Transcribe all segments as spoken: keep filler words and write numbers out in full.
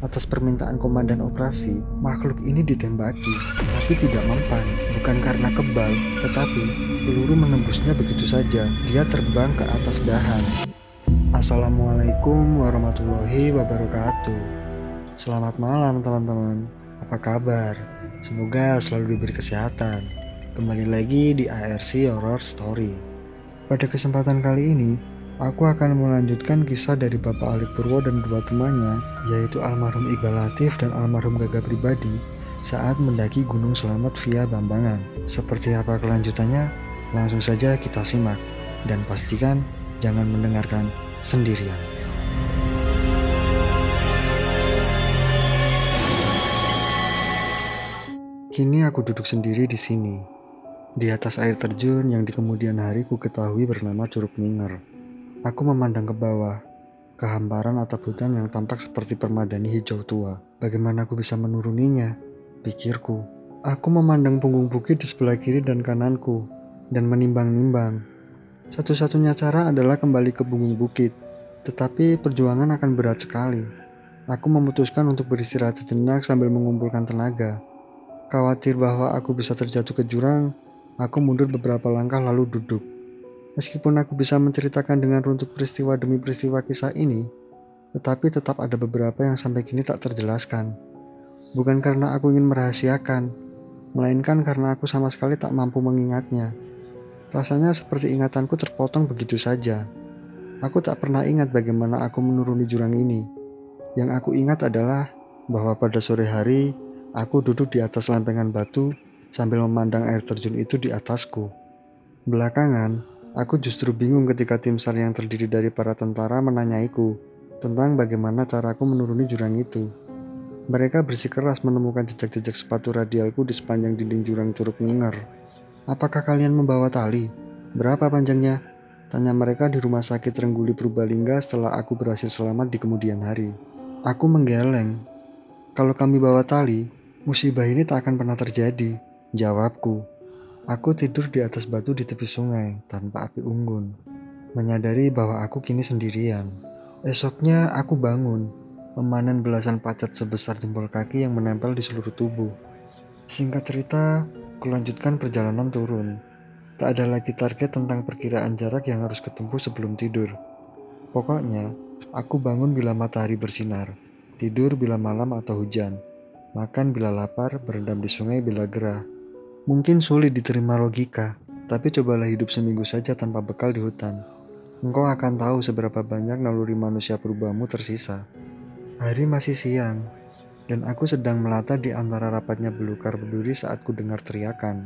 Atas permintaan komandan operasi, makhluk ini ditembaki, tapi tidak mempan. Bukan karena kebal, tetapi peluru menembusnya begitu saja. Dia terbang ke atas dahan. Assalamualaikum warahmatullahi wabarakatuh. Selamat malam teman-teman. Apa kabar? Semoga selalu diberi kesehatan. Kembali lagi di A R C Horror Story. Pada kesempatan kali ini, aku akan melanjutkan kisah dari Bapak Ali Purwo dan dua temannya, yaitu almarhum Iqbal Latif dan almarhum Gaga Pribadi, saat mendaki Gunung Selamat via Bambangan. Seperti apa kelanjutannya? Langsung saja kita simak, dan pastikan jangan mendengarkan sendirian. Kini aku duduk sendiri di sini, di atas air terjun yang di kemudian hari ku ketahui bernama Curug Minger. Aku memandang ke bawah, ke hamparan atap hutan yang tampak seperti permadani hijau tua. Bagaimana aku bisa menuruninya? Pikirku. Aku memandang punggung bukit di sebelah kiri dan kananku, dan menimbang-nimbang. Satu-satunya cara adalah kembali ke punggung bukit, tetapi perjuangan akan berat sekali. Aku memutuskan untuk beristirahat sejenak sambil mengumpulkan tenaga. Khawatir bahwa aku bisa terjatuh ke jurang, aku mundur beberapa langkah lalu duduk. Meskipun aku bisa menceritakan dengan runtut peristiwa demi peristiwa kisah ini, tetapi tetap ada beberapa yang sampai kini tak terjelaskan. Bukan karena aku ingin merahasiakan, melainkan karena aku sama sekali tak mampu mengingatnya. Rasanya seperti ingatanku terpotong begitu saja. Aku tak pernah ingat bagaimana aku menuruni jurang ini. Yang aku ingat adalah bahwa pada sore hari, aku duduk di atas lempengan batu sambil memandang air terjun itu di atasku. Belakangan, aku justru bingung ketika tim SAR yang terdiri dari para tentara menanyaiku tentang bagaimana caraku menuruni jurang itu. Mereka bersikeras menemukan jejak-jejak sepatu radialku di sepanjang dinding jurang Curug Minger. Apakah kalian membawa tali? Berapa panjangnya? Tanya mereka di rumah sakit Rengguli Purbalingga setelah aku berhasil selamat di kemudian hari. Aku menggeleng. Kalau kami bawa tali, musibah ini tak akan pernah terjadi, jawabku. Aku tidur di atas batu di tepi sungai tanpa api unggun, menyadari bahwa aku kini sendirian. Esoknya aku bangun, memanen belasan pacat sebesar jempol kaki yang menempel di seluruh tubuh. Singkat cerita, kulanjutkan perjalanan turun. Tak ada lagi target tentang perkiraan jarak yang harus ketempuh sebelum tidur. Pokoknya, aku bangun bila matahari bersinar, tidur bila malam atau hujan, makan bila lapar, berendam di sungai bila gerah. Mungkin sulit diterima logika, tapi cobalah hidup seminggu saja tanpa bekal di hutan. Engkau akan tahu seberapa banyak naluri manusia purbamu tersisa. Hari masih siang, dan aku sedang melata di antara rapatnya belukar berduri saat ku dengar teriakan.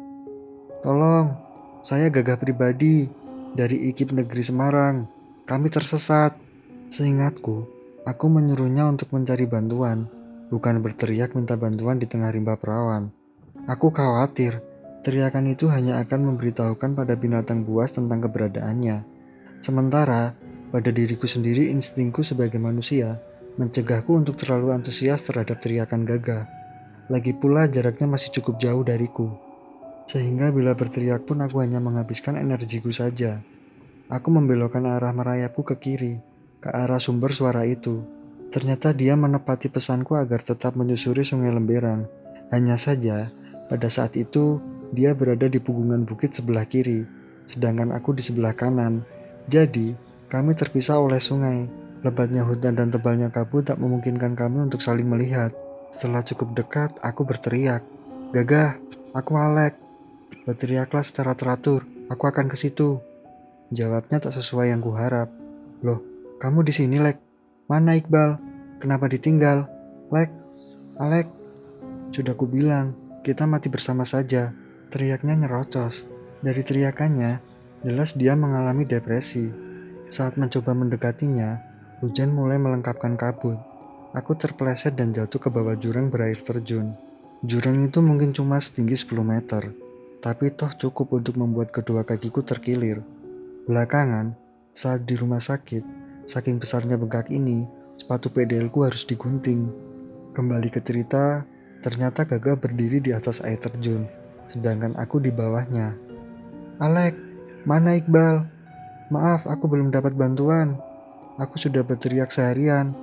Tolong, saya Gagah Pribadi, dari I K I P Negeri Semarang. Kami tersesat. Seingatku, aku menyuruhnya untuk mencari bantuan, bukan berteriak minta bantuan di tengah rimba perawan. Aku khawatir, teriakan itu hanya akan memberitahukan pada binatang buas tentang keberadaannya. Sementara, pada diriku sendiri instingku sebagai manusia, mencegahku untuk terlalu antusias terhadap teriakan Gagah. Lagi pula jaraknya masih cukup jauh dariku. Sehingga bila berteriak pun aku hanya menghabiskan energiku saja. Aku membelokkan arah merayapku ke kiri, ke arah sumber suara itu. Ternyata dia menepati pesanku agar tetap menyusuri sungai Lemberang. Hanya saja, pada saat itu, dia berada di punggungan bukit sebelah kiri, sedangkan aku di sebelah kanan. Jadi, kami terpisah oleh sungai. Lebatnya hutan dan tebalnya kabut tak memungkinkan kami untuk saling melihat. Setelah cukup dekat, aku berteriak, "Gagah, aku Alek." Berteriaklah secara teratur, "Aku akan ke situ." Jawabnya tak sesuai yang kuharap. "Loh, kamu di sini, Lek? Mana Iqbal? Kenapa ditinggal? Lek, Alek." Sudah kubilang, kita mati bersama saja. Teriaknya nyerocos. Dari teriakannya, jelas dia mengalami depresi. Saat mencoba mendekatinya, hujan mulai melengkapkan kabut. Aku terpeleset dan jatuh ke bawah jurang berair terjun. Jurang itu mungkin cuma setinggi sepuluh meter, tapi toh cukup untuk membuat kedua kakiku terkilir. Belakangan, saat di rumah sakit, saking besarnya bengkak ini, sepatu pedelku harus digunting. Kembali ke cerita, ternyata Gagah berdiri di atas air terjun, sedangkan aku di bawahnya. "Alek, mana Iqbal? Maaf, aku belum dapat bantuan. Aku sudah berteriak seharian."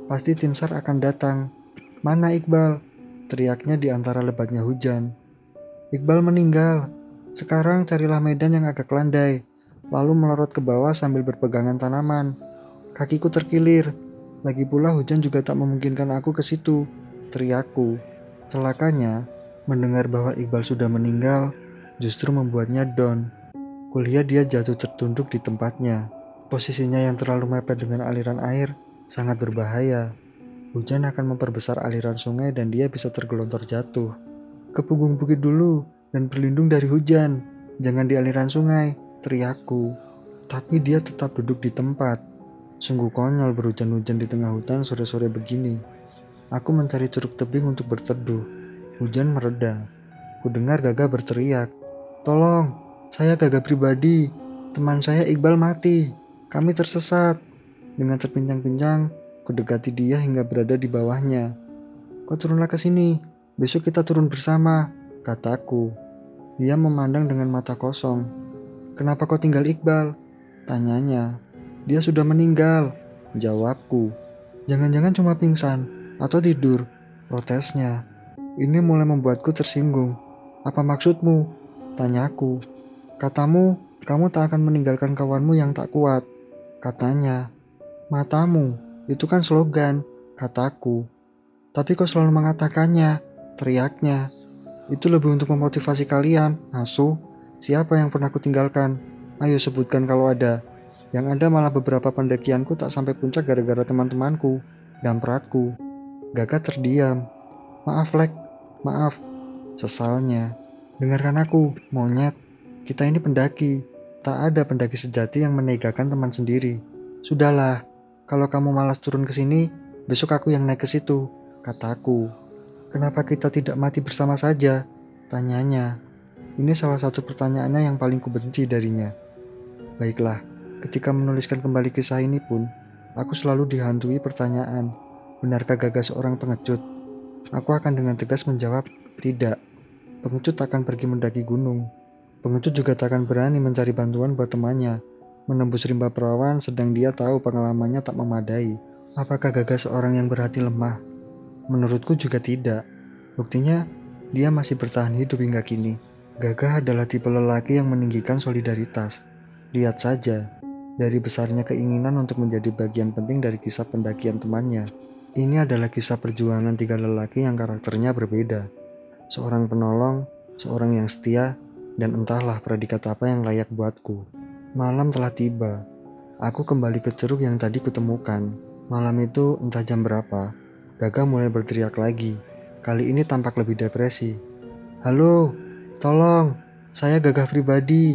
Pasti tim SAR akan datang. Mana Iqbal? Teriaknya di antara lebatnya hujan. Iqbal meninggal. Sekarang carilah medan yang agak landai, lalu melorot ke bawah sambil berpegangan tanaman. Kakiku terkilir. Lagi pula hujan juga tak memungkinkan aku ke situ, teriakku. Celakanya, mendengar bahwa Iqbal sudah meninggal, justru membuatnya down. Kulihat dia jatuh tertunduk di tempatnya. Posisinya yang terlalu mepet dengan aliran air sangat berbahaya. Hujan akan memperbesar aliran sungai dan dia bisa tergelontor jatuh. Ke punggung bukit dulu dan berlindung dari hujan. Jangan di aliran sungai, teriakku. Tapi dia tetap duduk di tempat. Sungguh konyol berhujan-hujan di tengah hutan sore-sore begini. Aku mencari curug tebing untuk berteduh. Hujan mereda. Kudengar Gagah berteriak. Tolong, saya Gagah pribadi. Teman saya Iqbal mati. Kami tersesat. Dengan terpincang-pincang, kudekati dia hingga berada di bawahnya. Kau turunlah ke sini. Besok kita turun bersama, kataku. Dia memandang dengan mata kosong. Kenapa kau tinggal Iqbal? Tanyanya. Dia sudah meninggal, jawabku. Jangan-jangan cuma pingsan atau tidur, protesnya. Ini mulai membuatku tersinggung. Apa maksudmu? Tanyaku. Katamu, kamu tak akan meninggalkan kawanmu yang tak kuat, katanya. Matamu, itu kan slogan, kataku. Tapi kau selalu mengatakannya, teriaknya. Itu lebih untuk memotivasi kalian, asu. Siapa yang pernah kutinggalkan? Ayo sebutkan kalau ada. Yang ada malah beberapa pendakianku tak sampai puncak gara-gara teman-temanku dan peratku. Gagah terdiam. Maaf Lek, maaf. Sesalnya. Dengarkan aku, monyet. Kita ini pendaki. Tak ada pendaki sejati yang menegakan teman sendiri. Sudahlah, kalau kamu malas turun ke sini, besok aku yang naik ke situ, kataku. Kenapa kita tidak mati bersama saja? Tanyanya. Ini salah satu pertanyaannya yang paling kubenci darinya. Baiklah, ketika menuliskan kembali kisah ini pun, aku selalu dihantui pertanyaan, benarkah Gagah seorang pengecut? Aku akan dengan tegas menjawab, tidak. Pengecut akan pergi mendaki gunung. Pengecut juga tak akan berani mencari bantuan buat temannya, menembus rimba perawan sedang dia tahu pengalamannya tak memadai. Apakah Gagah seorang yang berhati lemah? Menurutku juga tidak. Buktinya, dia masih bertahan hidup hingga kini. Gagah adalah tipe lelaki yang meninggikan solidaritas. Lihat saja, dari besarnya keinginan untuk menjadi bagian penting dari kisah pendakian temannya. Ini adalah kisah perjuangan tiga lelaki yang karakternya berbeda. Seorang penolong, seorang yang setia, dan entahlah predikat apa yang layak buatku. Malam telah tiba. Aku kembali ke curug yang tadi kutemukan. Malam itu entah jam berapa, Gagah mulai berteriak lagi. Kali ini tampak lebih depresi. Halo, tolong, saya Gagah pribadi.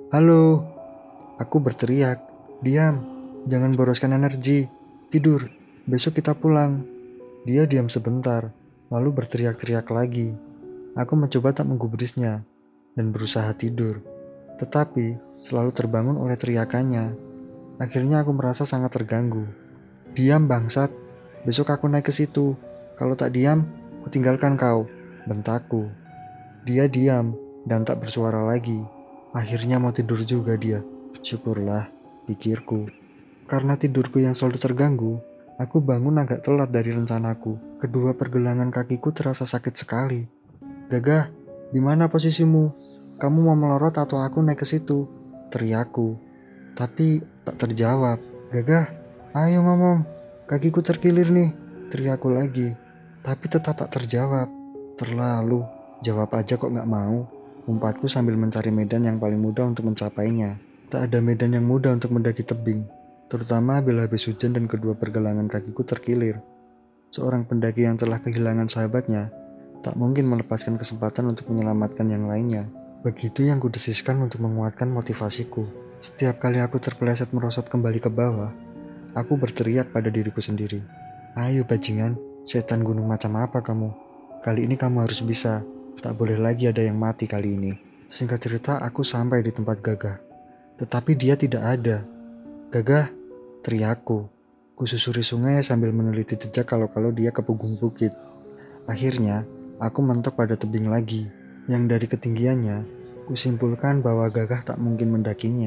Halo. Aku berteriak, diam, jangan boroskan energi, tidur, besok kita pulang. Dia diam sebentar, lalu berteriak-teriak lagi. Aku mencoba tak menggubrisnya, dan berusaha tidur. Tetapi, selalu terbangun oleh teriakannya. Akhirnya aku merasa sangat terganggu. Diam bangsat, besok aku naik ke situ. Kalau tak diam, ku tinggalkan kau, bentakku. Dia diam, dan tak bersuara lagi. Akhirnya mau tidur juga dia. Syukurlah, pikirku. Karena tidurku yang selalu terganggu, aku bangun agak telat dari rencanaku. Kedua pergelangan kakiku terasa sakit sekali. Gagah, di mana posisimu? Kamu mau melorot atau aku naik ke situ? Teriakku. Tapi tak terjawab. Gagah, ayo ngomong. Kakiku terkilir nih, teriakku lagi. Tapi tetap tak terjawab. Terlalu, jawab aja kok gak mau. Umpatku sambil mencari medan yang paling mudah untuk mencapainya. Tak ada medan yang mudah untuk mendaki tebing, terutama bila habis hujan dan kedua pergelangan kakiku terkilir. Seorang pendaki yang telah kehilangan sahabatnya, tak mungkin melepaskan kesempatan untuk menyelamatkan yang lainnya. Begitu yang kudesiskan untuk menguatkan motivasiku. Setiap kali aku terpeleset merosot kembali ke bawah, aku berteriak pada diriku sendiri. Ayo bajingan, setan gunung macam apa kamu? Kali ini kamu harus bisa, tak boleh lagi ada yang mati kali ini. Singkat cerita, aku sampai di tempat Gagah. Tetapi dia tidak ada. Gagah, teriakku. Kususuri sungai sambil meneliti jejak kalau-kalau dia ke punggung bukit. Akhirnya, aku mentok pada tebing lagi, yang dari ketinggiannya, kusimpulkan bahwa Gagah tak mungkin mendakinya.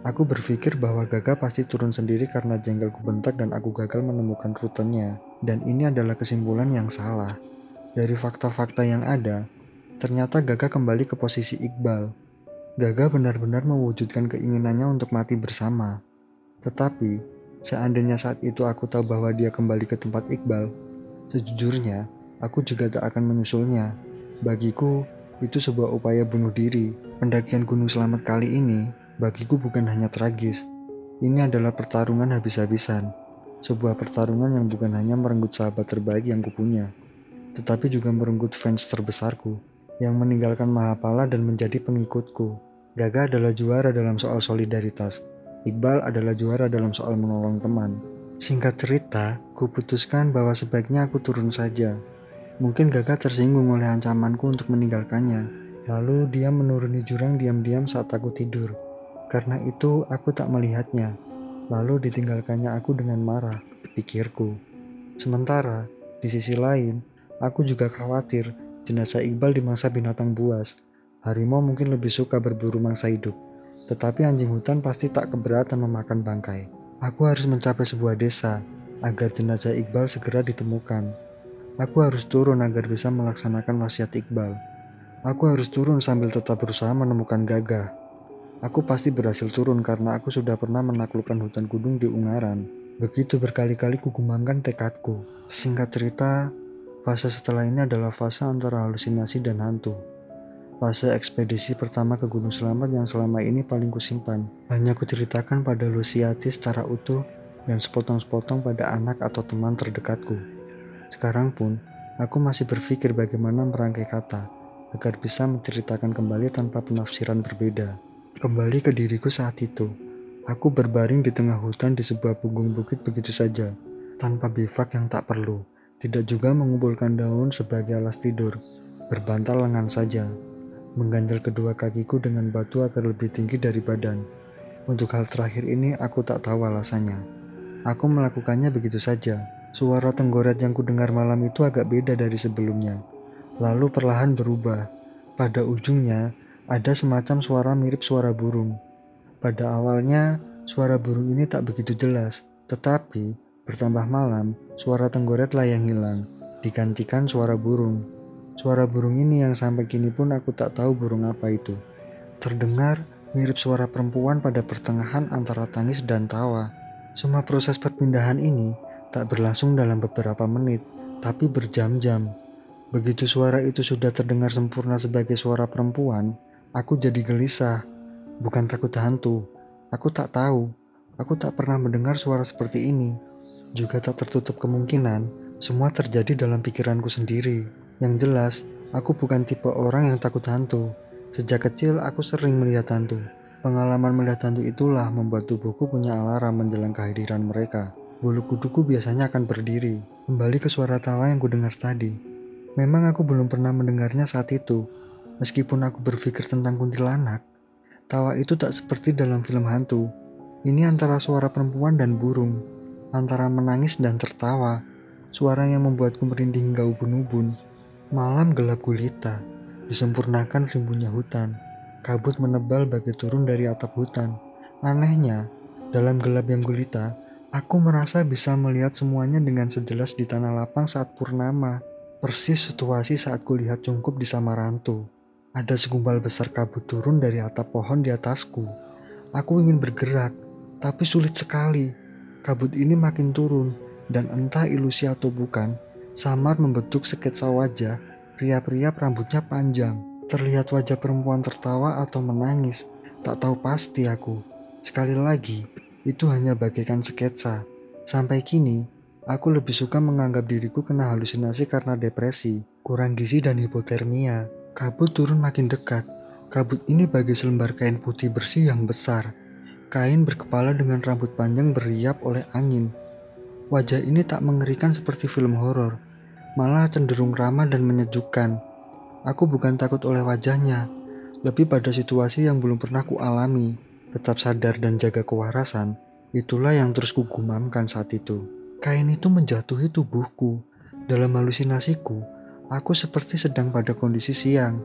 Aku berpikir bahwa Gaga pasti turun sendiri karena jengkelku bentak dan aku gagal menemukan rutenya. Dan ini adalah kesimpulan yang salah. Dari fakta-fakta yang ada, ternyata Gaga kembali ke posisi Iqbal. Gaga benar-benar mewujudkan keinginannya untuk mati bersama. Tetapi, seandainya saat itu aku tahu bahwa dia kembali ke tempat Iqbal, sejujurnya, aku juga tak akan menyusulnya. Bagiku, itu sebuah upaya bunuh diri. Pendakian Gunung Selamat kali ini, bagiku bukan hanya tragis. Ini adalah pertarungan habis-habisan. Sebuah pertarungan yang bukan hanya merenggut sahabat terbaik yang kupunya, tetapi juga merenggut fans terbesarku, yang meninggalkan Mahapala dan menjadi pengikutku. Gaga adalah juara dalam soal solidaritas. Iqbal adalah juara dalam soal menolong teman. Singkat cerita, kuputuskan bahwa sebaiknya aku turun saja. Mungkin Gaga tersinggung oleh ancamanku untuk meninggalkannya. Lalu dia menuruni jurang diam-diam saat aku tidur. Karena itu aku tak melihatnya. Lalu ditinggalkannya aku dengan marah, pikirku. Sementara, di sisi lain, aku juga khawatir jenazah Iqbal dimangsa binatang buas. Harimau mungkin lebih suka berburu mangsa hidup, tetapi anjing hutan pasti tak keberatan memakan bangkai. Aku harus mencapai sebuah desa agar jenazah Iqbal segera ditemukan. Aku harus turun agar bisa melaksanakan wasiat Iqbal. Aku harus turun sambil tetap berusaha menemukan Gaga. Aku pasti berhasil turun karena aku sudah pernah menaklukkan hutan gunung di Ungaran. Begitu berkali-kali kugumamkan tekadku. Singkat cerita, fase setelah ini adalah fase antara halusinasi dan hantu. Fase ekspedisi pertama ke Gunung Selamat yang selama ini paling kusimpan. Hanya kuceritakan pada Luciati secara utuh dan sepotong-sepotong pada anak atau teman terdekatku. Sekarang pun, aku masih berpikir bagaimana merangkai kata agar bisa menceritakan kembali tanpa penafsiran berbeda. Kembali ke diriku saat itu. Aku berbaring di tengah hutan di sebuah punggung bukit begitu saja, tanpa bivak yang tak perlu, tidak juga mengumpulkan daun sebagai alas tidur, berbantal lengan saja, mengganjal kedua kakiku dengan batu agar lebih tinggi dari badan. Untuk hal terakhir ini aku tak tahu alasannya. Aku melakukannya begitu saja. Suara tenggoret yang kudengar malam itu agak beda dari sebelumnya, lalu perlahan berubah. Pada ujungnya, ada semacam suara mirip suara burung. Pada awalnya, suara burung ini tak begitu jelas, tetapi bertambah malam, suara tenggoretlah yang hilang, digantikan suara burung. Suara burung ini yang sampai kini pun aku tak tahu burung apa itu. Terdengar mirip suara perempuan pada pertengahan antara tangis dan tawa. Semua proses perpindahan ini tak berlangsung dalam beberapa menit, tapi berjam-jam. Begitu suara itu sudah terdengar sempurna sebagai suara perempuan, aku jadi gelisah. Bukan takut hantu, aku tak tahu. Aku tak pernah mendengar suara seperti ini. Juga tak tertutup kemungkinan semua terjadi dalam pikiranku sendiri. Yang jelas, aku bukan tipe orang yang takut hantu. Sejak kecil aku sering melihat hantu. Pengalaman melihat hantu itulah membuat tubuhku punya alarm menjelang kehadiran mereka. Bulu kuduku biasanya akan berdiri. Kembali ke suara tawa yang kudengar tadi. Memang aku belum pernah mendengarnya saat itu. Meskipun aku berpikir tentang kuntilanak, tawa itu tak seperti dalam film hantu. Ini antara suara perempuan dan burung, antara menangis dan tertawa, suara yang membuatku merinding hingga ubun-ubun. Malam gelap gulita, disempurnakan rimbunnya hutan. Kabut menebal bagai turun dari atap hutan. Anehnya, dalam gelap yang gulita, aku merasa bisa melihat semuanya dengan sejelas di tanah lapang saat purnama. Persis situasi saat kulihat Cungkup di Samarantu. Ada segumpal besar kabut turun dari atap pohon di atasku. Aku ingin bergerak, tapi sulit sekali. Kabut ini makin turun, dan entah ilusi atau bukan, samar membentuk sketsa wajah, riap-riap rambutnya panjang. Terlihat wajah perempuan tertawa atau menangis, tak tahu pasti aku. Sekali lagi, itu hanya bagaikan sketsa. Sampai kini, aku lebih suka menganggap diriku kena halusinasi karena depresi, kurang gizi dan hipotermia. Kabut turun makin dekat. Kabut ini bagai selembar kain putih bersih yang besar. Kain berkepala dengan rambut panjang beriap oleh angin. Wajah ini tak mengerikan seperti film horor, malah cenderung ramah dan menyejukkan. Aku bukan takut oleh wajahnya, lebih pada situasi yang belum pernah kualami. Tetap sadar dan jaga kewarasan, itulah yang terus kugumamkan saat itu. Kain itu menjatuhi tubuhku. Dalam halusinasiku, aku seperti sedang pada kondisi siang.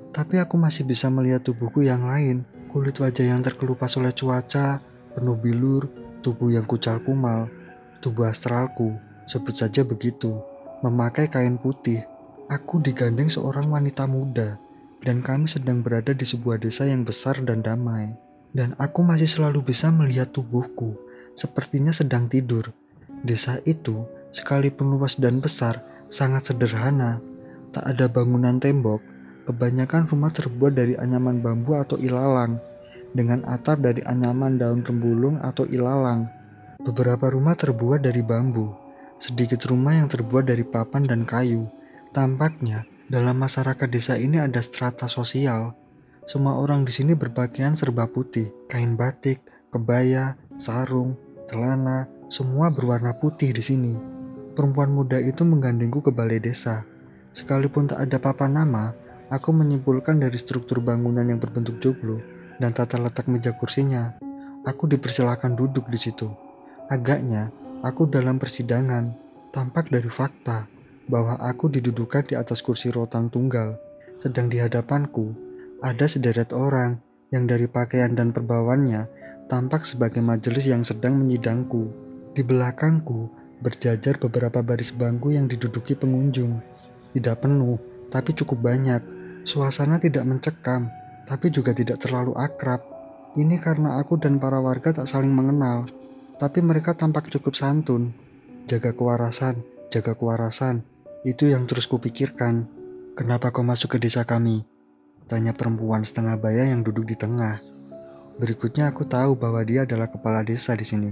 Tapi aku masih bisa melihat tubuhku yang lain, kulit wajah yang terkelupas oleh cuaca, penuh bilur, tubuh yang kucal kumal, tubuh astralku, sebut saja begitu, memakai kain putih. Aku digandeng seorang wanita muda, dan kami sedang berada di sebuah desa yang besar dan damai. Dan aku masih selalu bisa melihat tubuhku, sepertinya sedang tidur. Desa itu, sekalipun luas dan besar, sangat sederhana. Tak ada bangunan tembok, kebanyakan rumah terbuat dari anyaman bambu atau ilalang, dengan atap dari anyaman daun rembulung atau ilalang. Beberapa rumah terbuat dari bambu, sedikit rumah yang terbuat dari papan dan kayu. Tampaknya, dalam masyarakat desa ini ada strata sosial. Semua orang di sini berpakaian serba putih, kain batik, kebaya, sarung, celana, semua berwarna putih di sini. Perempuan muda itu menggandengku ke balai desa. Sekalipun tak ada papan nama, aku menyimpulkan dari struktur bangunan yang berbentuk joglo dan tata letak meja kursinya. Aku dipersilakan duduk di situ. Agaknya, aku dalam persidangan. Tampak dari fakta bahwa aku didudukan di atas kursi rotan tunggal, sedang di hadapanku ada sederet orang yang dari pakaian dan perbawaannya tampak sebagai majelis yang sedang menyidangku. Di belakangku berjajar beberapa baris bangku yang diduduki pengunjung. Tidak penuh, tapi cukup banyak. Suasana tidak mencekam, tapi juga tidak terlalu akrab. Ini karena aku dan para warga tak saling mengenal, tapi mereka tampak cukup santun. Jaga kewarasan, jaga kewarasan, itu yang terus kupikirkan. Kenapa kau masuk ke desa kami? Tanya perempuan setengah baya yang duduk di tengah. Berikutnya aku tahu bahwa dia adalah kepala desa di sini.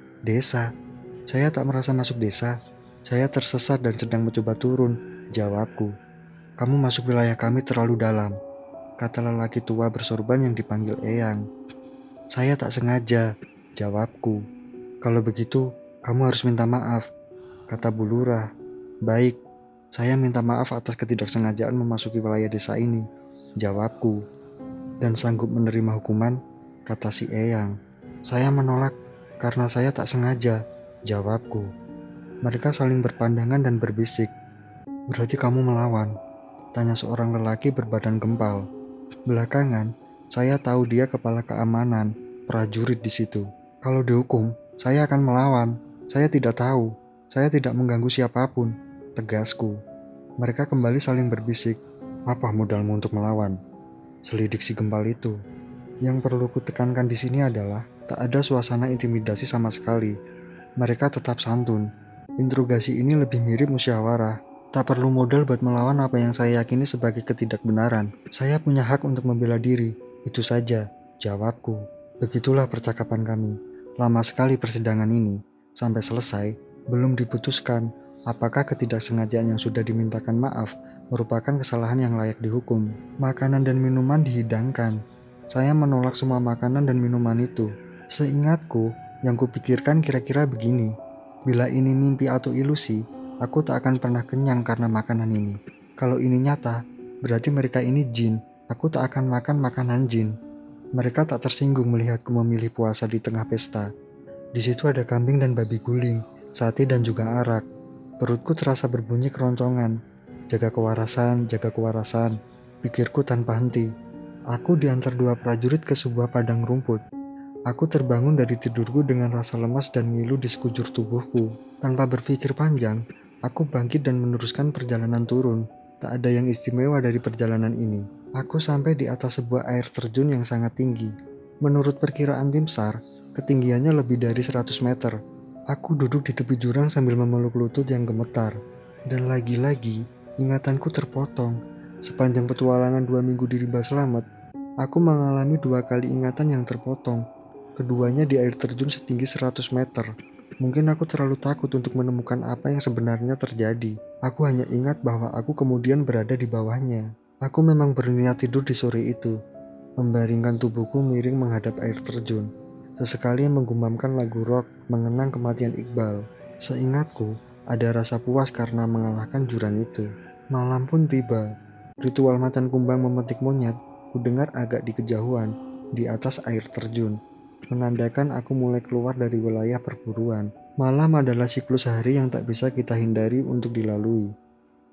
Desa? Saya tak merasa masuk desa. Saya tersesat dan sedang mencoba turun, jawabku. Kamu masuk wilayah kami terlalu dalam, kata lelaki tua bersorban yang dipanggil Eyang. Saya tak sengaja, jawabku. Kalau begitu, kamu harus minta maaf, kata Bu Lurah. Baik, saya minta maaf atas ketidaksengajaan memasuki wilayah desa ini, jawabku. Dan sanggup menerima hukuman, kata si Eyang. Saya menolak karena saya tak sengaja, jawabku. Mereka saling berpandangan dan berbisik. Berarti kamu melawan, tanya seorang lelaki berbadan gempal. Belakangan, saya tahu dia kepala keamanan, prajurit di situ. Kalau dihukum, saya akan melawan. Saya tidak tahu. Saya tidak mengganggu siapapun, tegasku. Mereka kembali saling berbisik. Apa modalmu untuk melawan? Selidik si gempal itu. Yang perlu kutekankan di sini adalah tak ada suasana intimidasi sama sekali. Mereka tetap santun. Interogasi ini lebih mirip musyawarah. Tak perlu modal buat melawan apa yang saya yakini sebagai ketidakbenaran. Saya punya hak untuk membela diri. Itu saja, jawabku. Begitulah percakapan kami. Lama sekali persidangan ini. Sampai selesai, belum diputuskan apakah ketidaksengajaan yang sudah dimintakan maaf merupakan kesalahan yang layak dihukum. Makanan dan minuman dihidangkan. Saya menolak semua makanan dan minuman itu. Seingatku, yang kupikirkan kira-kira begini. Bila ini mimpi atau ilusi, aku tak akan pernah kenyang karena makanan ini. Kalau ini nyata, berarti mereka ini jin. Aku tak akan makan makanan jin. Mereka tak tersinggung melihatku memilih puasa di tengah pesta. Di situ ada kambing dan babi guling, sate dan juga arak. Perutku terasa berbunyi keroncongan. Jaga kewarasan, jaga kewarasan, pikirku tanpa henti. Aku diantar dua prajurit ke sebuah padang rumput. Aku terbangun dari tidurku dengan rasa lemas dan ngilu di sekujur tubuhku. Tanpa berpikir panjang, aku bangkit dan meneruskan perjalanan turun. Tak ada yang istimewa dari perjalanan ini. Aku sampai di atas sebuah air terjun yang sangat tinggi. Menurut perkiraan tim SAR, ketinggiannya lebih dari seratus meter. Aku duduk di tepi jurang sambil memeluk lutut yang gemetar. Dan lagi-lagi, ingatanku terpotong. Sepanjang petualangan dua minggu di rimba selamat, aku mengalami dua kali ingatan yang terpotong. Keduanya di air terjun setinggi seratus meter. Mungkin aku terlalu takut untuk menemukan apa yang sebenarnya terjadi. Aku hanya ingat bahwa aku kemudian berada di bawahnya. Aku memang berniat tidur di sore itu, membaringkan tubuhku miring menghadap air terjun. Sesekali menggumamkan lagu rock mengenang kematian Iqbal. Seingatku, ada rasa puas karena mengalahkan jurang itu. Malam pun tiba. Ritual macan kumbang memetik monyet kudengar agak di kejauhan, di atas air terjun, menandakan aku mulai keluar dari wilayah perburuan. Malam adalah siklus hari yang tak bisa kita hindari untuk dilalui.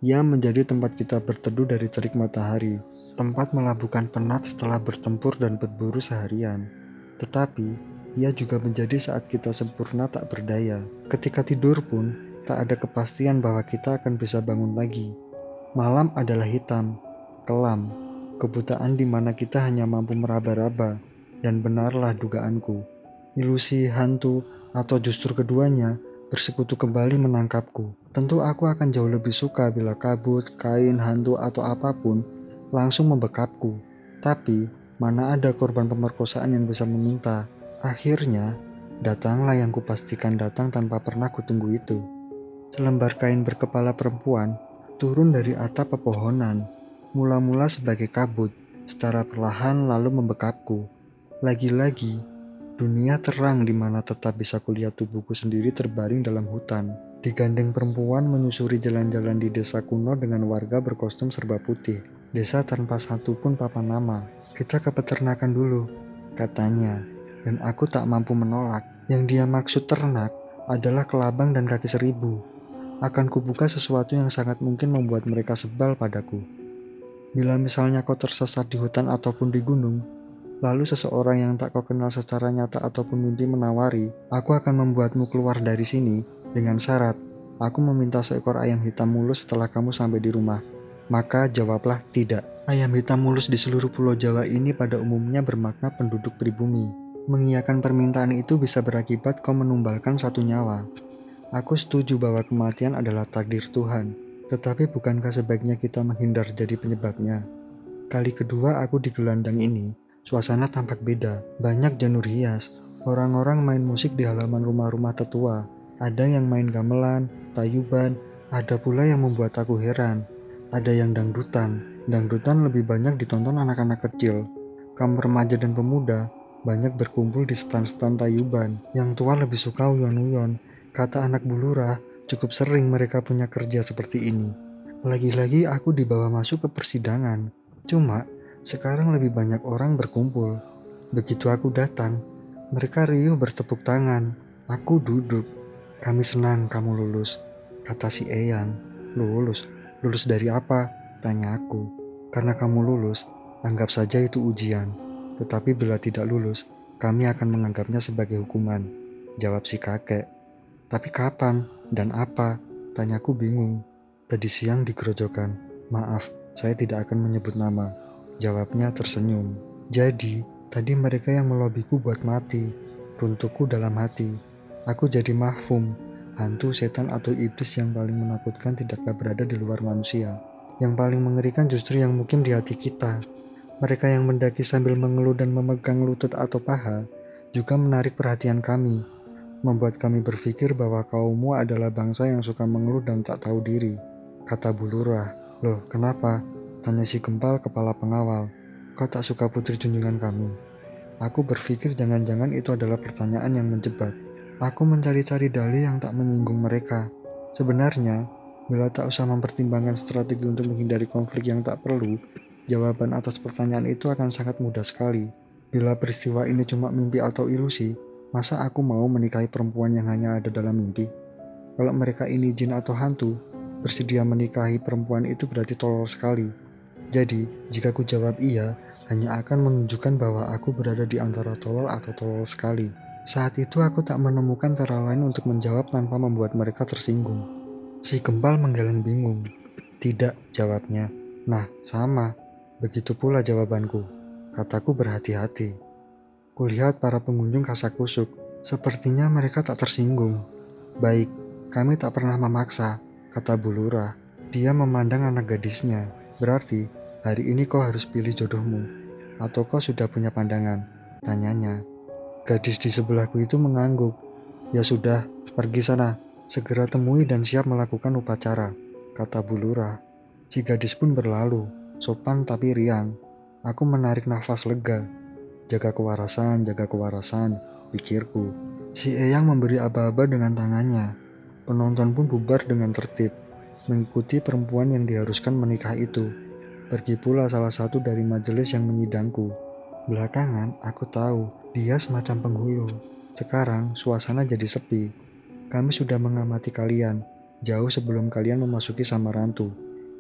Ia menjadi tempat kita berteduh dari terik matahari, tempat melabuhkan penat setelah bertempur dan berburu seharian. Tetapi, ia juga menjadi saat kita sempurna tak berdaya. Ketika tidur pun, tak ada kepastian bahwa kita akan bisa bangun lagi. Malam adalah hitam, kelam, kebutaan di mana kita hanya mampu meraba-raba, dan benarlah dugaanku. Ilusi, hantu, atau justru keduanya bersekutu kembali menangkapku. Tentu aku akan jauh lebih suka bila kabut, kain, hantu, atau apapun langsung membekapku. Tapi, mana ada korban pemerkosaan yang bisa meminta. Akhirnya, datanglah yang kupastikan datang tanpa pernah kutunggu itu. Selembar kain berkepala perempuan turun dari atap pepohonan, mula-mula sebagai kabut, secara perlahan lalu membekapku. Lagi-lagi, dunia terang di mana tetap bisa kulihat tubuhku sendiri terbaring dalam hutan. Digandeng perempuan menyusuri jalan-jalan di desa kuno dengan warga berkostum serba putih. Desa tanpa satupun papan nama. Kita ke peternakan dulu, katanya. Dan aku tak mampu menolak. Yang dia maksud ternak adalah kelabang dan kaki seribu. Akan kubuka sesuatu yang sangat mungkin membuat mereka sebal padaku. Bila misalnya kau tersesat di hutan ataupun di gunung, lalu seseorang yang tak kau kenal secara nyata ataupun mimpi menawari, aku akan membuatmu keluar dari sini dengan syarat, aku meminta seekor ayam hitam mulus setelah kamu sampai di rumah. Maka jawablah tidak. Ayam hitam mulus di seluruh pulau Jawa ini pada umumnya bermakna penduduk pribumi. Mengiyakan permintaan itu bisa berakibat kau menumbalkan satu nyawa. Aku setuju bahwa kematian adalah takdir Tuhan, tetapi bukankah sebaiknya kita menghindar jadi penyebabnya? Kali kedua aku di gelandang ini, suasana tampak beda. Banyak janur hias, orang-orang main musik di halaman rumah-rumah tetua. Ada yang main gamelan, tayuban, ada pula yang membuat aku heran. Ada yang dangdutan. Dangdutan lebih banyak ditonton anak-anak kecil. Kaum remaja dan pemuda banyak berkumpul di stan-stan tayuban. Yang tua lebih suka uyon-uyon. Kata anak bulurah, cukup sering mereka punya kerja seperti ini. Lagi-lagi aku dibawa masuk ke persidangan. Cuma, sekarang lebih banyak orang berkumpul. Begitu aku datang, mereka riuh bertepuk tangan. Aku duduk. Kami senang kamu lulus, kata si Eyang. Lulus? Lulus dari apa? Tanya aku. Karena kamu lulus, anggap saja itu ujian. Tetapi bila tidak lulus, kami akan menganggapnya sebagai hukuman, jawab si kakek. Tapi kapan dan apa? Tanyaku bingung. Tadi siang di gerojokan. Maaf, saya tidak akan menyebut nama, jawabnya tersenyum. Jadi, tadi mereka yang melobiku buat mati. Runtuhku dalam hati. Aku jadi mahfum, hantu, setan, atau iblis yang paling menakutkan tidaklah berada di luar manusia. Yang paling mengerikan justru yang mungkin di hati kita. Mereka yang mendaki sambil mengeluh dan memegang lutut atau paha juga menarik perhatian kami, membuat kami berpikir bahwa kaummu adalah bangsa yang suka mengeluh dan tak tahu diri, kata Bulurah. Loh, kenapa? Tanya si Gempal, kepala pengawal. Kau tak suka putri junjungan kami? Aku berpikir jangan-jangan itu adalah pertanyaan yang menjebak. Aku mencari-cari dalih yang tak menyinggung mereka. Sebenarnya, bila tak usah mempertimbangkan strategi untuk menghindari konflik yang tak perlu, jawaban atas pertanyaan itu akan sangat mudah sekali. Bila peristiwa ini cuma mimpi atau ilusi, masa aku mau menikahi perempuan yang hanya ada dalam mimpi? Kalau mereka ini jin atau hantu, bersedia menikahi perempuan itu berarti tolol sekali. Jadi, jika ku jawab iya, hanya akan menunjukkan bahwa aku berada di antara tolol atau tolol sekali. Saat itu aku tak menemukan cara lain untuk menjawab tanpa membuat mereka tersinggung. Si Gempal menggeleng bingung. Tidak, jawabnya. Nah, sama. Begitu pula jawabanku. Kataku berhati-hati. Kulihat para pengunjung kasak-kusuk. Sepertinya mereka tak tersinggung. Baik, kami tak pernah memaksa, kata Bulurah. Dia memandang anak gadisnya. Berarti, hari ini kau harus pilih jodohmu. Atau kau sudah punya pandangan? Tanyanya. Gadis di sebelahku itu mengangguk. Ya sudah, pergi sana. Segera temui dan siap melakukan upacara, kata Bulurah. Si gadis pun berlalu, sopan tapi riang. Aku menarik nafas lega. Jaga kewarasan, jaga kewarasan, pikirku. Si Eyang memberi aba-aba dengan tangannya. Penonton pun bubar dengan tertib, mengikuti perempuan yang diharuskan menikah itu. Pergi pula salah satu dari majelis yang menyidangku. Belakangan, aku tahu dia semacam penghulu. Sekarang, suasana jadi sepi. Kami sudah mengamati kalian, jauh sebelum kalian memasuki Samarantu.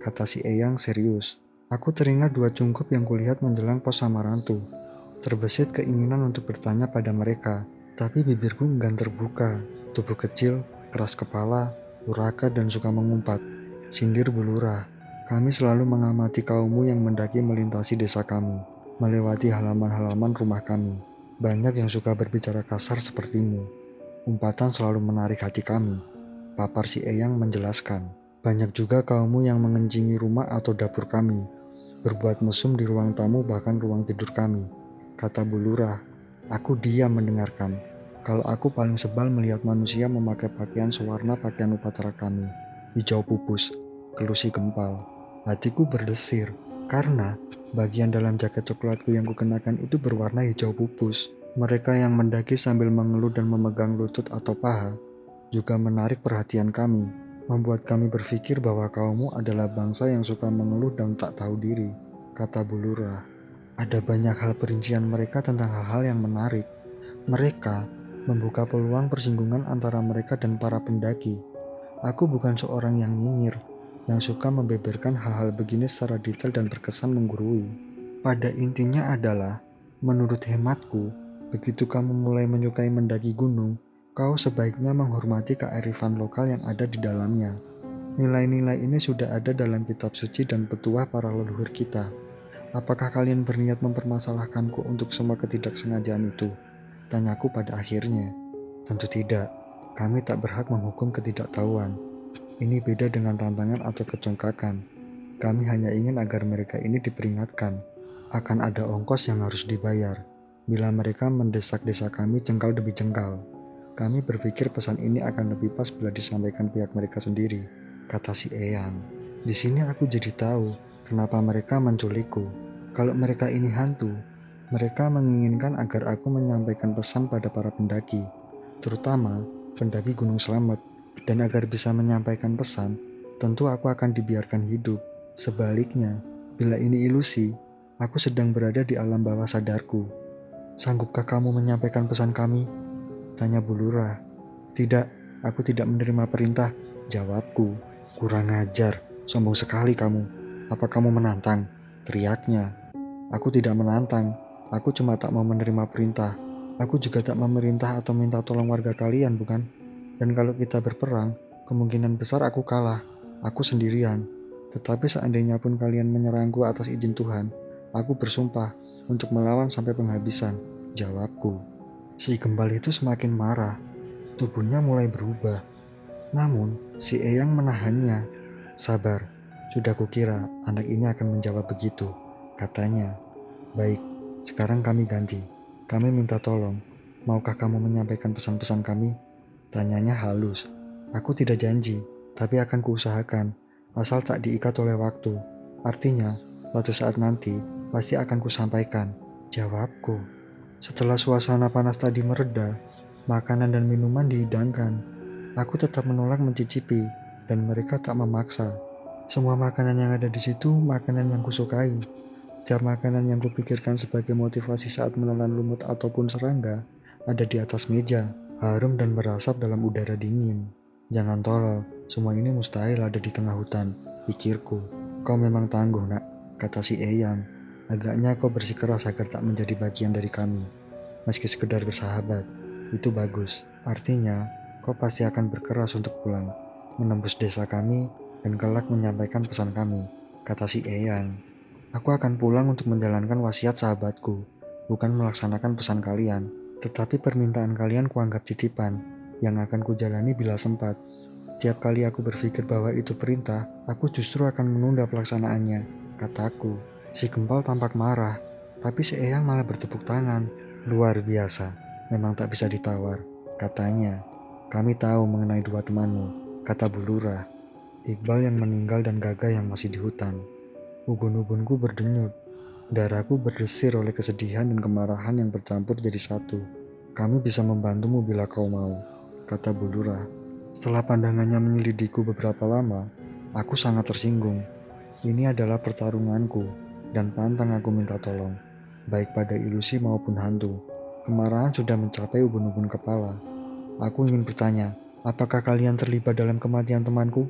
kata si Eyang serius. Aku teringat dua cungkup yang kulihat menjelang pos Samarantu. Terbesit keinginan untuk bertanya pada mereka, tapi bibirku enggan terbuka. Tubuh kecil, keras kepala, durhaka dan suka mengumpat. Sindir Bulurah. Kami selalu mengamati kaummu yang mendaki melintasi desa kami, melewati halaman-halaman rumah kami. Banyak yang suka berbicara kasar sepertimu. Umpatan selalu menarik hati kami. Papar si Eyang menjelaskan. Banyak juga kaummu yang mengencingi rumah atau dapur kami, berbuat mesum di ruang tamu bahkan ruang tidur kami, kata Bulurah. Aku diam mendengarkan. Kalau aku paling sebal melihat manusia memakai pakaian sewarna pakaian upacara kami, hijau pupus, kelusi gempal. Hatiku berdesir, karena bagian dalam jaket coklatku yang kukenakan itu berwarna hijau pupus. Mereka yang mendaki sambil mengeluh dan memegang lutut atau paha juga menarik perhatian kami, membuat kami berpikir bahwa kaummu adalah bangsa yang suka mengeluh dan tak tahu diri, kata Bulurah. Ada banyak hal perincian mereka tentang hal-hal yang menarik. Mereka membuka peluang persinggungan antara mereka dan para pendaki. Aku bukan seorang yang nyinyir, yang suka membeberkan hal-hal begini secara detail dan berkesan menggurui. Pada intinya adalah, menurut hematku, begitu kamu mulai menyukai mendaki gunung, kau sebaiknya menghormati kearifan lokal yang ada di dalamnya. Nilai-nilai ini sudah ada dalam kitab suci dan petuah para leluhur kita. Apakah kalian berniat mempermasalahkanku untuk semua ketidaksengajaan itu? Tanyaku pada akhirnya. Tentu tidak. Kami tak berhak menghukum ketidaktahuan. Ini beda dengan tantangan atau kecongkakan. Kami hanya ingin agar mereka ini diperingatkan. Akan ada ongkos yang harus dibayar bila mereka mendesak-desak kami jengkal demi jengkal. Kami berpikir pesan ini akan lebih pas bila disampaikan pihak mereka sendiri, kata si Eyang. Di sini aku jadi tahu kenapa mereka menculikku. Kalau mereka ini hantu, mereka menginginkan agar aku menyampaikan pesan pada para pendaki, terutama pendaki Gunung Slamet, dan agar bisa menyampaikan pesan, tentu aku akan dibiarkan hidup. Sebaliknya, bila ini ilusi, aku sedang berada di alam bawah sadarku. Sanggupkah kamu menyampaikan pesan kami? Tanya Bulurah. Tidak, aku tidak menerima perintah, jawabku. Kurang ajar, sombong sekali kamu. Apa kamu menantang? Teriaknya. Aku tidak menantang, aku cuma tak mau menerima perintah. Aku juga tak memerintah atau minta tolong warga kalian, bukan? Dan kalau kita berperang, kemungkinan besar aku kalah. Aku sendirian. Tetapi seandainya pun kalian menyerangku atas izin Tuhan, aku bersumpah untuk melawan sampai penghabisan, jawabku. Si Gembal itu semakin marah. Tubuhnya mulai berubah. Namun, si Eyang menahannya. Sabar, sudah kukira anak ini akan menjawab begitu, katanya. Baik, sekarang kami ganti. Kami minta tolong. Maukah kamu menyampaikan pesan-pesan kami? Tanyanya halus. Aku tidak janji, tapi akan kuusahakan, asal tak diikat oleh waktu. Artinya, suatu saat nanti, pasti akan kusampaikan, jawabku. Setelah suasana panas tadi mereda, makanan dan minuman dihidangkan. Aku tetap menolak mencicipi, dan mereka tak memaksa. Semua makanan yang ada di situ makanan yang kusukai. Setiap makanan yang kupikirkan sebagai motivasi saat menelan lumut ataupun serangga ada di atas meja, harum dan berasap dalam udara dingin. Jangan tolol, semua ini mustahil ada di tengah hutan, pikirku. Kau memang tangguh, nak, kata si Eyang. Agaknya kau bersikeras agar tak menjadi bagian dari kami. Meski sekedar bersahabat, itu bagus. Artinya, kau pasti akan berkeras untuk pulang, menembus desa kami, dan kelak menyampaikan pesan kami, kata si Eyang. Aku akan pulang untuk menjalankan wasiat sahabatku, bukan melaksanakan pesan kalian. Tetapi permintaan kalian kuanggap titipan, yang akan kujalani bila sempat. Tiap kali aku berpikir bahwa itu perintah, aku justru akan menunda pelaksanaannya, kataku. Si Gempal tampak marah, tapi si Eyang malah bertepuk tangan. Luar biasa, memang tak bisa ditawar, katanya. Kami tahu mengenai dua temanmu, kata Bulurah. Iqbal yang meninggal dan Gaga yang masih di hutan. Ubun-ubunku berdenyut. Darahku berdesir oleh kesedihan dan kemarahan yang bercampur jadi satu. Kami bisa membantumu bila kau mau, kata Bulurah. Setelah pandangannya menyelidiku beberapa lama, aku sangat tersinggung. Ini adalah pertarunganku. Dan pantang aku minta tolong, baik pada ilusi maupun hantu. Kemarahan sudah mencapai ubun-ubun kepala. Aku ingin bertanya, apakah kalian terlibat dalam kematian temanku?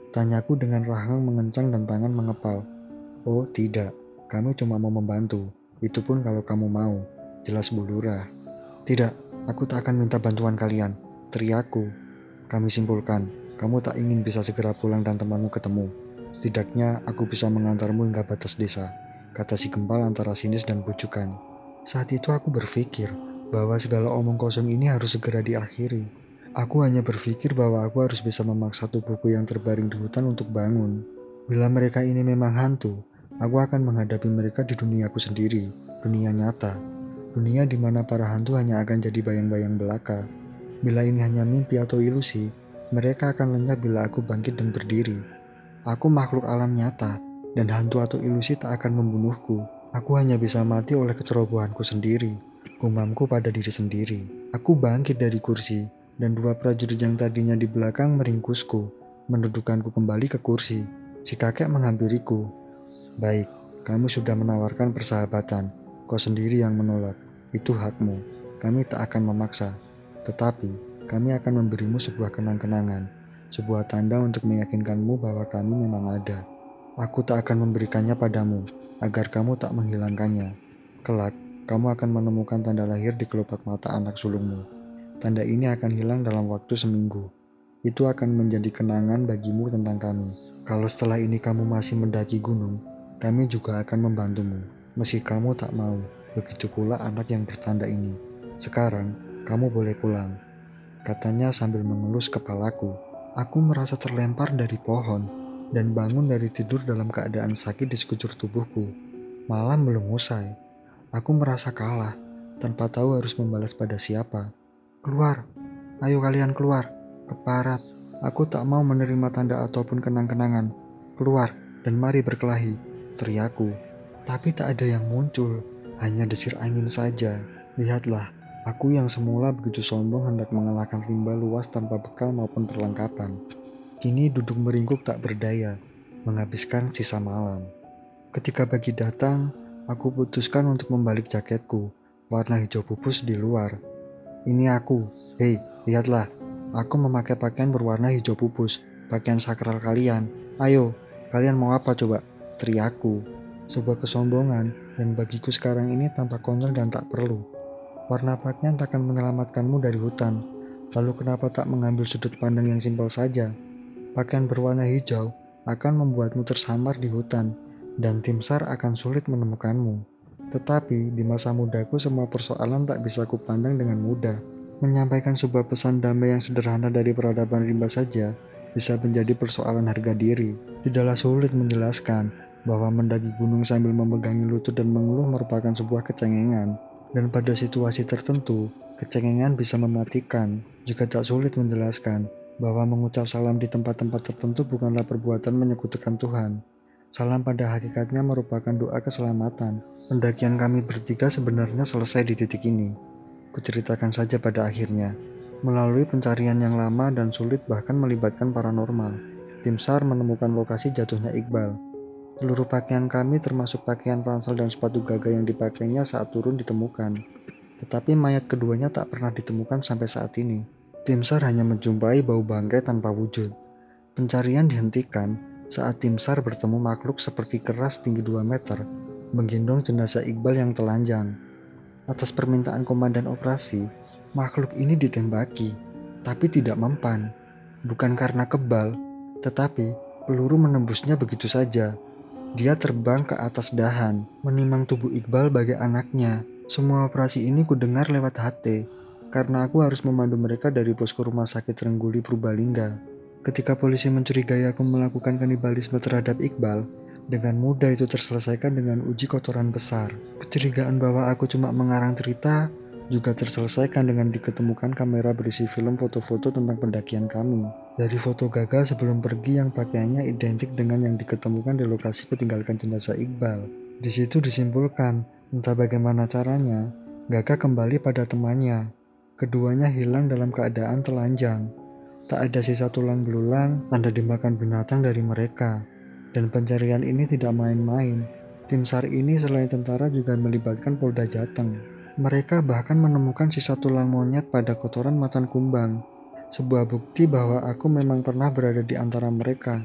Tanyaku dengan rahang mengencang dan tangan mengepal. Oh tidak, kami cuma mau membantu. Itu pun kalau kamu mau. Jelas Bu Lurah. Tidak, aku tak akan minta bantuan kalian. Teriakku. Kami simpulkan, kamu tak ingin bisa segera pulang dan temanmu ketemu. Setidaknya aku bisa mengantarmu hingga batas desa, kata si Gempal antara sinis dan bujukan. Saat itu aku berpikir bahwa segala omong kosong ini harus segera diakhiri. Aku hanya berpikir bahwa aku harus bisa memaksa tubuhku yang terbaring di hutan untuk bangun. Bila mereka ini memang hantu, aku akan menghadapi mereka di duniaku sendiri, dunia nyata. Dunia di mana para hantu hanya akan jadi bayang-bayang belaka. Bila ini hanya mimpi atau ilusi, mereka akan lenyap bila aku bangkit dan berdiri. Aku makhluk alam nyata, dan hantu atau ilusi tak akan membunuhku. Aku hanya bisa mati oleh kecerobohanku sendiri, gumamku pada diri sendiri. Aku bangkit dari kursi, dan dua prajurit yang tadinya di belakang meringkusku, mendudukanku kembali ke kursi. Si kakek menghampiriku. Baik, kamu sudah menawarkan persahabatan. Kau sendiri yang menolak. Itu hakmu. Kami tak akan memaksa. Tetapi, kami akan memberimu sebuah kenang-kenangan. Sebuah tanda untuk meyakinkanmu bahwa kami memang ada. Aku tak akan memberikannya padamu, agar kamu tak menghilangkannya. Kelak, kamu akan menemukan tanda lahir di kelopak mata anak sulungmu. Tanda ini akan hilang dalam waktu seminggu. Itu akan menjadi kenangan bagimu tentang kami. Kalau setelah ini kamu masih mendaki gunung, kami juga akan membantumu. Meski kamu tak mau, begitu pula anak yang bertanda ini. Sekarang, kamu boleh pulang, katanya sambil mengelus kepalaku. Aku merasa terlempar dari pohon dan bangun dari tidur dalam keadaan sakit di sekujur tubuhku. Malam belum usai. Aku merasa kalah, tanpa tahu harus membalas pada siapa. Keluar, ayo kalian keluar, keparat. Aku tak mau menerima tanda ataupun kenang-kenangan. Keluar dan mari berkelahi, teriakku. Tapi tak ada yang muncul, hanya desir angin saja. Lihatlah, aku yang semula begitu sombong hendak mengalahkan rimba luas tanpa bekal maupun perlengkapan. Kini duduk meringkuk tak berdaya, menghabiskan sisa malam. Ketika pagi datang, aku putuskan untuk membalik jaketku, warna hijau pupus di luar. Ini aku, hei, lihatlah, aku memakai pakaian berwarna hijau pupus, pakaian sakral kalian. Ayo, kalian mau apa coba? Teriakku. Sebuah kesombongan yang bagiku sekarang ini tampak konyol dan tak perlu. Warna pakaian takkan menyelamatkanmu dari hutan. Lalu kenapa tak mengambil sudut pandang yang simpel saja? Pakaian berwarna hijau akan membuatmu tersamar di hutan, dan tim SAR akan sulit menemukanmu. Tetapi di masa mudaku semua persoalan tak bisa kupandang dengan mudah. Menyampaikan sebuah pesan damai yang sederhana dari peradaban rimba saja bisa menjadi persoalan harga diri. Tidaklah sulit menjelaskan bahwa mendaki gunung sambil memegangi lutut dan mengeluh merupakan sebuah kecengengan. Dan pada situasi tertentu, kecengengan bisa mematikan. Juga tak sulit menjelaskan bahwa mengucap salam di tempat-tempat tertentu bukanlah perbuatan menyekutukan Tuhan. Salam pada hakikatnya merupakan doa keselamatan. Pendakian kami bertiga sebenarnya selesai di titik ini. Kuceritakan saja pada akhirnya. Melalui pencarian yang lama dan sulit bahkan melibatkan paranormal, tim SAR menemukan lokasi jatuhnya Iqbal. Seluruh pakaian kami termasuk pakaian ransel dan sepatu gagah yang dipakainya saat turun ditemukan. Tetapi mayat keduanya tak pernah ditemukan sampai saat ini. Tim SAR hanya menjumpai bau bangkai tanpa wujud. Pencarian dihentikan saat tim SAR bertemu makhluk seperti keras tinggi dua meter, menggendong jenazah Iqbal yang telanjang. Atas permintaan komandan operasi, makhluk ini ditembaki, tapi tidak mempan. Bukan karena kebal, tetapi peluru menembusnya begitu saja. Dia terbang ke atas dahan, menimang tubuh Iqbal bagai anaknya. Semua operasi ini kudengar lewat H T, karena aku harus memandu mereka dari posko rumah sakit Rengguli Purbalingga. Ketika polisi mencurigai aku melakukan kanibalisme terhadap Iqbal, dengan mudah itu terselesaikan dengan uji kotoran besar. Kecurigaan bahwa aku cuma mengarang cerita juga terselesaikan dengan diketemukan kamera berisi film foto-foto tentang pendakian kami. Dari foto Gaga sebelum pergi yang pakaiannya identik dengan yang diketemukan di lokasi ketinggalkan jenazah Iqbal. Di situ disimpulkan, entah bagaimana caranya, Gaga kembali pada temannya. Keduanya hilang dalam keadaan telanjang. Tak ada sisa tulang belulang, tanda dimakan binatang dari mereka. Dan pencarian ini tidak main-main. Tim SAR ini selain tentara juga melibatkan Polda Jateng. Mereka bahkan menemukan sisa tulang monyet pada kotoran macan kumbang. Sebuah bukti bahwa aku memang pernah berada di antara mereka.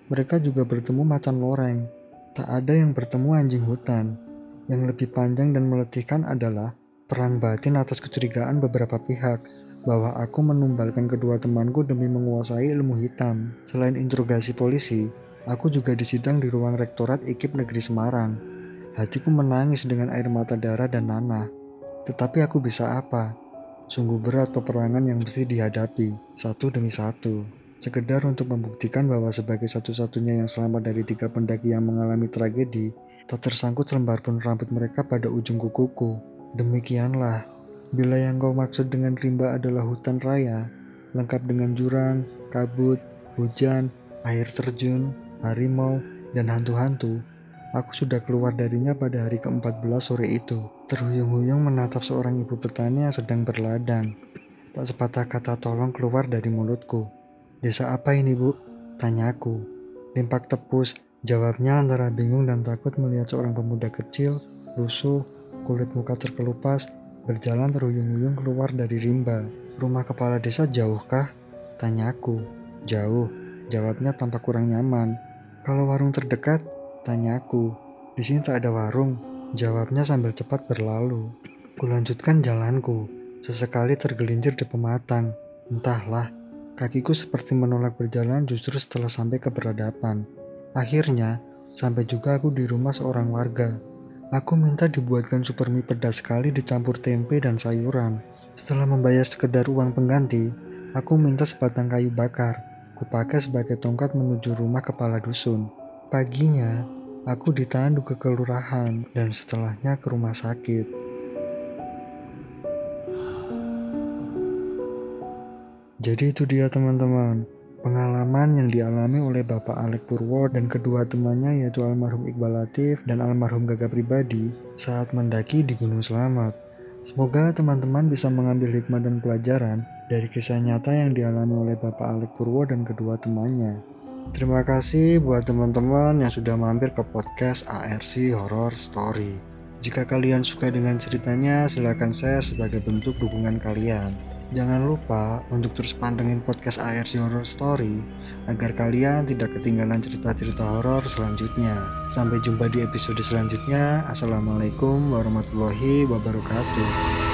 Mereka juga bertemu macan loreng. Tak ada yang bertemu anjing hutan. Yang lebih panjang dan meletihkan adalah perang batin atas kecurigaan beberapa pihak bahwa aku menumbalkan kedua temanku demi menguasai ilmu hitam. Selain interogasi polisi, aku juga disidang di ruang rektorat I K I P Negeri Semarang. Hatiku menangis dengan air mata darah dan nanah. Tetapi aku bisa apa? Sungguh berat peperangan yang mesti dihadapi, satu demi satu. Sekedar untuk membuktikan bahwa sebagai satu-satunya yang selamat dari tiga pendaki yang mengalami tragedi, tak tersangkut selembar pun rambut mereka pada ujung kukuku. Demikianlah, bila yang kau maksud dengan rimba adalah hutan raya, lengkap dengan jurang, kabut, hujan, air terjun, harimau, dan hantu-hantu, aku sudah keluar darinya pada hari keempat belas sore itu, terhuyung-huyung menatap seorang ibu petani yang sedang berladang. Tak sepatah kata tolong keluar dari mulutku. Desa apa ini, Bu? Tanyaku. Limpak tepus, jawabnya antara bingung dan takut melihat seorang pemuda kecil, lusuh, kulit muka terkelupas, berjalan terhuyung-huyung keluar dari rimba. Rumah kepala desa jauhkah? Tanyaku. Jauh, jawabnya tampak kurang nyaman. Kalau warung terdekat? Tanyaku. Di sini tak ada warung, jawabnya sambil cepat berlalu. Kulanjutkan jalanku, sesekali tergelincir di pematang. Entahlah, kakiku seperti menolak berjalan justru setelah sampai ke peradaban. Akhirnya, sampai juga aku di rumah seorang warga. Aku minta dibuatkan super mie pedas sekali dicampur tempe dan sayuran. Setelah membayar sekedar uang pengganti, aku minta sebatang kayu bakar. Kupakai sebagai tongkat menuju rumah kepala dusun. Paginya, aku ditandu ke kelurahan dan setelahnya ke rumah sakit. Jadi itu dia teman-teman, pengalaman yang dialami oleh Bapak Alek Purwo dan kedua temannya yaitu almarhum Iqbal Latif dan almarhum Gaga Pribadi saat mendaki di Gunung Selamat. Semoga teman-teman bisa mengambil hikmah dan pelajaran dari kisah nyata yang dialami oleh Bapak Alek Purwo dan kedua temannya. Terima kasih buat teman-teman yang sudah mampir ke podcast A R C Horror Story. Jika kalian suka dengan ceritanya, silakan share sebagai bentuk dukungan kalian. Jangan lupa untuk terus pantengin podcast A R C Horror Story agar kalian tidak ketinggalan cerita-cerita horor selanjutnya. Sampai jumpa di episode selanjutnya. Assalamualaikum warahmatullahi wabarakatuh.